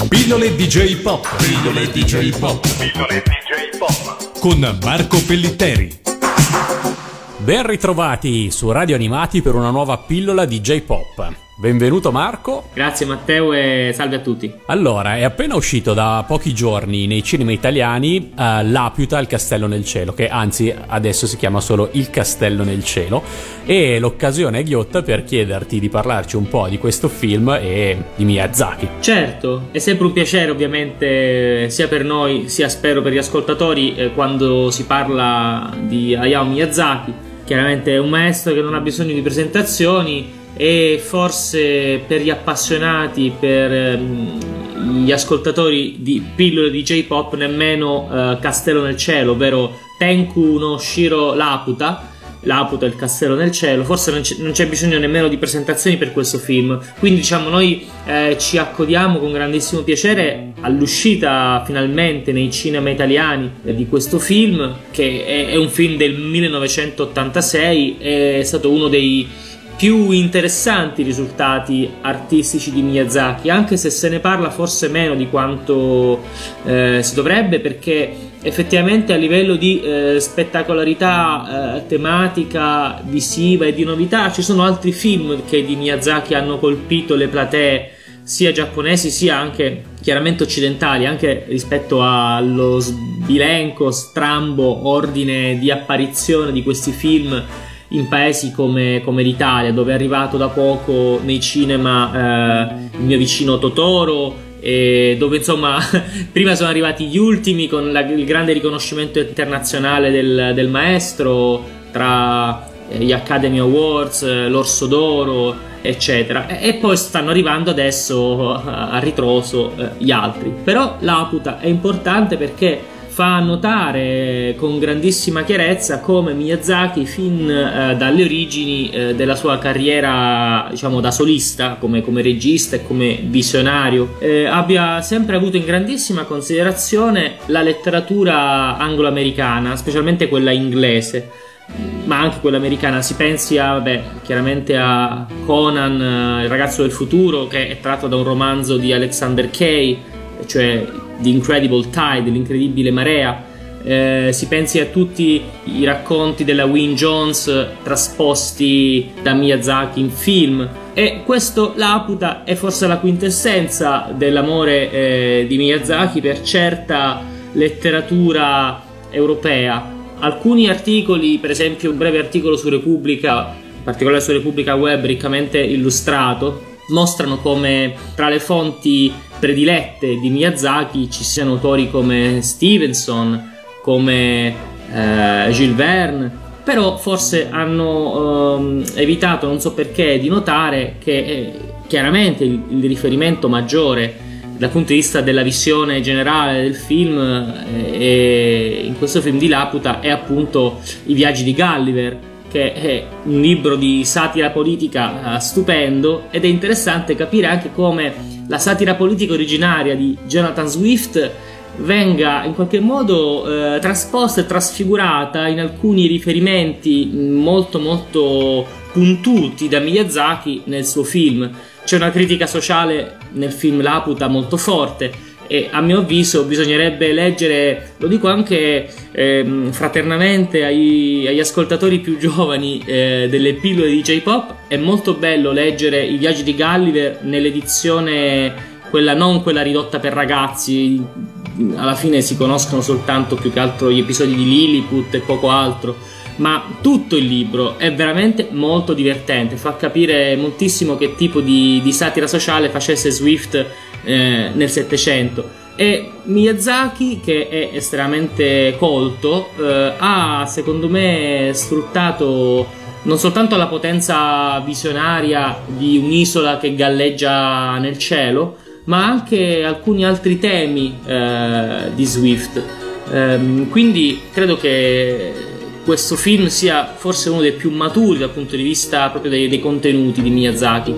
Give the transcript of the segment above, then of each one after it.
Pillole DJ Pop. Pillole DJ Pop. Pillole DJ Pop. Con Marco Pellitteri. Ben ritrovati su Radio Animati per una nuova pillola DJ Pop. Benvenuto Marco. Grazie Matteo e salve a tutti. Allora, è appena uscito da pochi giorni nei cinema italiani Laputa, il castello nel cielo, che anzi adesso si chiama solo Il castello nel cielo, e l'occasione è ghiotta per chiederti di parlarci un po' di questo film e di Miyazaki. Certo, è sempre un piacere ovviamente sia per noi sia spero per gli ascoltatori quando si parla di Hayao Miyazaki. Chiaramente è un maestro che non ha bisogno di presentazioni e forse per gli appassionati, per gli ascoltatori di pillole di J-Pop nemmeno Castello nel cielo, ovvero Tenku no Shiro Laputa, Laputa il castello nel cielo, forse non c'è bisogno nemmeno di presentazioni per questo film. Quindi diciamo noi ci accodiamo con grandissimo piacere all'uscita finalmente nei cinema italiani di questo film, che è un film del 1986, è stato uno dei più interessanti risultati artistici di Miyazaki, anche se se ne parla forse meno di quanto si dovrebbe, perché effettivamente a livello di spettacolarità tematica, visiva e di novità ci sono altri film che di Miyazaki hanno colpito le platee sia giapponesi sia anche chiaramente occidentali, anche rispetto allo sbilenco, strambo ordine di apparizione di questi film in paesi come l'Italia, dove è arrivato da poco nei cinema il mio vicino Totoro, e dove insomma prima sono arrivati gli ultimi con il grande riconoscimento internazionale del maestro, tra gli Academy Awards, l'Orso d'Oro, eccetera, e poi stanno arrivando adesso a ritroso gli altri. Però Laputa è importante perché fa notare con grandissima chiarezza come Miyazaki fin dalle origini della sua carriera, diciamo da solista, come regista e come visionario, abbia sempre avuto in grandissima considerazione la letteratura anglo-americana, specialmente quella inglese, ma anche quella americana. Si pensi chiaramente a Conan, il ragazzo del futuro, che è tratto da un romanzo di Alexander Kay, cioè The Incredible Tide, l'incredibile marea. Si pensi a tutti i racconti della Wynne Jones trasposti da Miyazaki in film, e questo Laputa è forse la quintessenza dell'amore di Miyazaki per certa letteratura europea. Alcuni articoli, per esempio un breve articolo su Repubblica, in particolare su Repubblica Web riccamente illustrato, mostrano come tra le fonti predilette di Miyazaki ci siano autori come Stevenson, come Jules Verne, però forse hanno evitato, non so perché, di notare che chiaramente il riferimento maggiore dal punto di vista della visione generale del film in questo film di Laputa è appunto I viaggi di Gulliver, che è un libro di satira politica stupendo, ed è interessante capire anche come la satira politica originaria di Jonathan Swift venga in qualche modo trasposta e trasfigurata in alcuni riferimenti molto molto puntuti da Miyazaki nel suo film. C'è una critica sociale nel film Laputa molto forte, e a mio avviso bisognerebbe leggere, lo dico anche fraternamente agli ascoltatori più giovani delle pillole di J-Pop, è molto bello leggere I viaggi di Gulliver nell'edizione non quella ridotta per ragazzi. Alla fine si conoscono soltanto più che altro gli episodi di Lilliput e poco altro, ma tutto il libro è veramente molto divertente, fa capire moltissimo che tipo di satira sociale facesse Swift nel Settecento. E Miyazaki, che è estremamente colto, ha secondo me sfruttato non soltanto la potenza visionaria di un'isola che galleggia nel cielo, ma anche alcuni altri temi di Swift. Quindi credo che questo film sia forse uno dei più maturi dal punto di vista proprio dei contenuti di Miyazaki.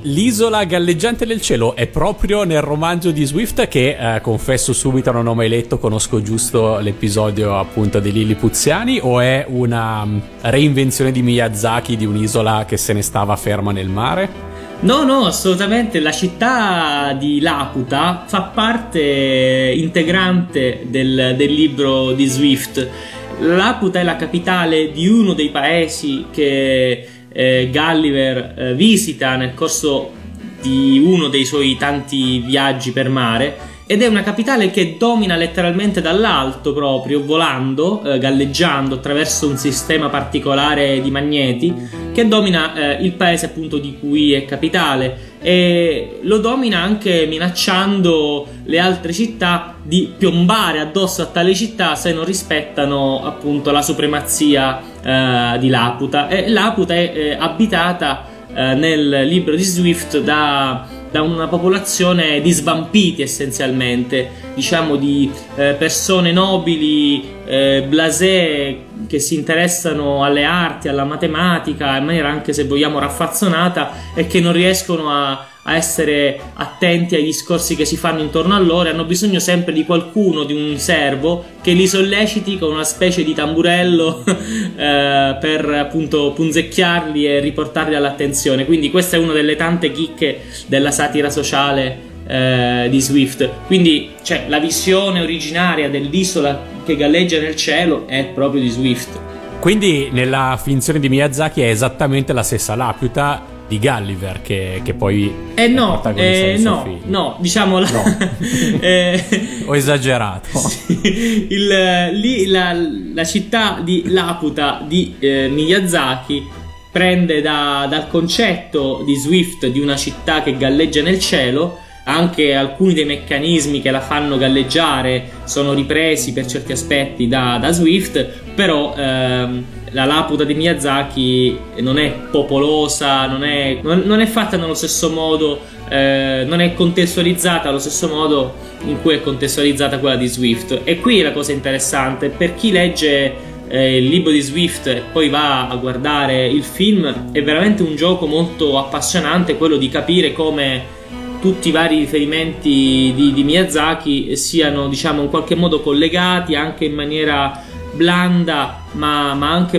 l'isola galleggiante nel cielo è proprio nel romanzo di Swift, che confesso subito non ho mai letto, conosco giusto l'episodio appunto dei Lillipuziani, o è una reinvenzione di Miyazaki di un'isola che se ne stava ferma nel mare? No, assolutamente. La città di Laputa fa parte integrante del libro di Swift. Laputa è la capitale di uno dei paesi che Gulliver visita nel corso di uno dei suoi tanti viaggi per mare, ed è una capitale che domina letteralmente dall'alto, proprio volando, galleggiando attraverso un sistema particolare di magneti che domina il paese appunto di cui è capitale, e lo domina anche minacciando le altre città di piombare addosso a tale città se non rispettano appunto la supremazia di Laputa. E Laputa è abitata nel libro di Swift da una popolazione di svampiti, essenzialmente, diciamo di persone nobili, blasé, che si interessano alle arti, alla matematica in maniera anche, se vogliamo, raffazzonata, e che non riescono a essere attenti ai discorsi che si fanno intorno a loro. Hanno bisogno sempre di qualcuno, di un servo che li solleciti con una specie di tamburello per appunto punzecchiarli e riportarli all'attenzione. Quindi questa è una delle tante chicche della satira sociale di Swift. Quindi la visione originaria dell'isola che galleggia nel cielo è proprio di Swift. Quindi nella finzione di Miyazaki è esattamente la stessa Laputa di Gulliver che poi no, diciamo no. Ho esagerato. Sì, la città di Laputa di Miyazaki prende dal concetto di Swift di una città che galleggia nel cielo. Anche alcuni dei meccanismi che la fanno galleggiare sono ripresi per certi aspetti da Swift, però la Laputa di Miyazaki non è popolosa, non è fatta nello stesso modo, non è contestualizzata allo stesso modo in cui è contestualizzata quella di Swift. E qui la cosa interessante, per chi legge il libro di Swift e poi va a guardare il film, è veramente un gioco molto appassionante quello di capire come tutti i vari riferimenti di Miyazaki siano, diciamo, in qualche modo collegati anche in maniera blanda, ma anche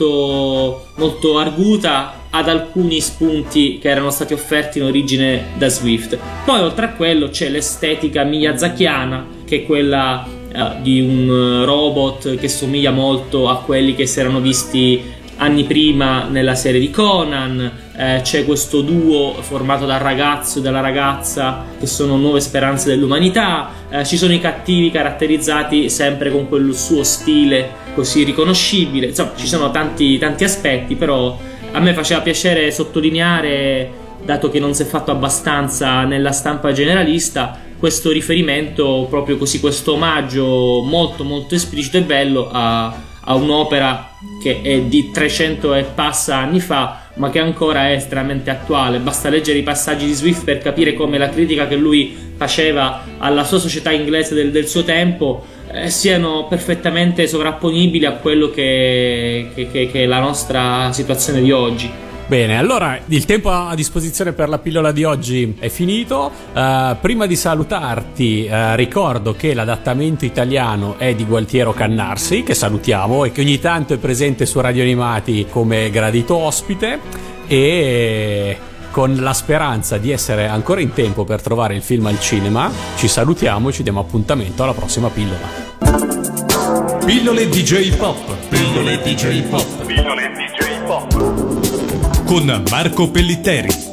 molto, molto arguta ad alcuni spunti che erano stati offerti in origine da Swift. Poi oltre a quello c'è l'estetica miyazakiana, che è quella di un robot che somiglia molto a quelli che si erano visti anni prima nella serie di Conan. C'è questo duo formato dal ragazzo e dalla ragazza che sono nuove speranze dell'umanità. Ci sono i cattivi caratterizzati sempre con quel suo stile così riconoscibile. Insomma, ci sono tanti aspetti, però a me faceva piacere sottolineare, dato che non si è fatto abbastanza nella stampa generalista, questo riferimento, proprio così, questo omaggio molto molto esplicito e bello a un'opera che è di 300 e passa anni fa, ma che ancora è estremamente attuale. Basta leggere i passaggi di Swift per capire come la critica che lui faceva alla sua società inglese del suo tempo siano perfettamente sovrapponibili a quello che è la nostra situazione di oggi. Bene, allora il tempo a disposizione per la pillola di oggi è finito. Prima di salutarti ricordo che l'adattamento italiano è di Gualtiero Cannarsi, che salutiamo e che ogni tanto è presente su Radio Animati come gradito ospite, e con la speranza di essere ancora in tempo per trovare il film al cinema ci salutiamo e ci diamo appuntamento alla prossima pillola. Pillole DJ Pop. Pillole DJ Pop. Pillole DJ Pop. Con Marco Pellitteri.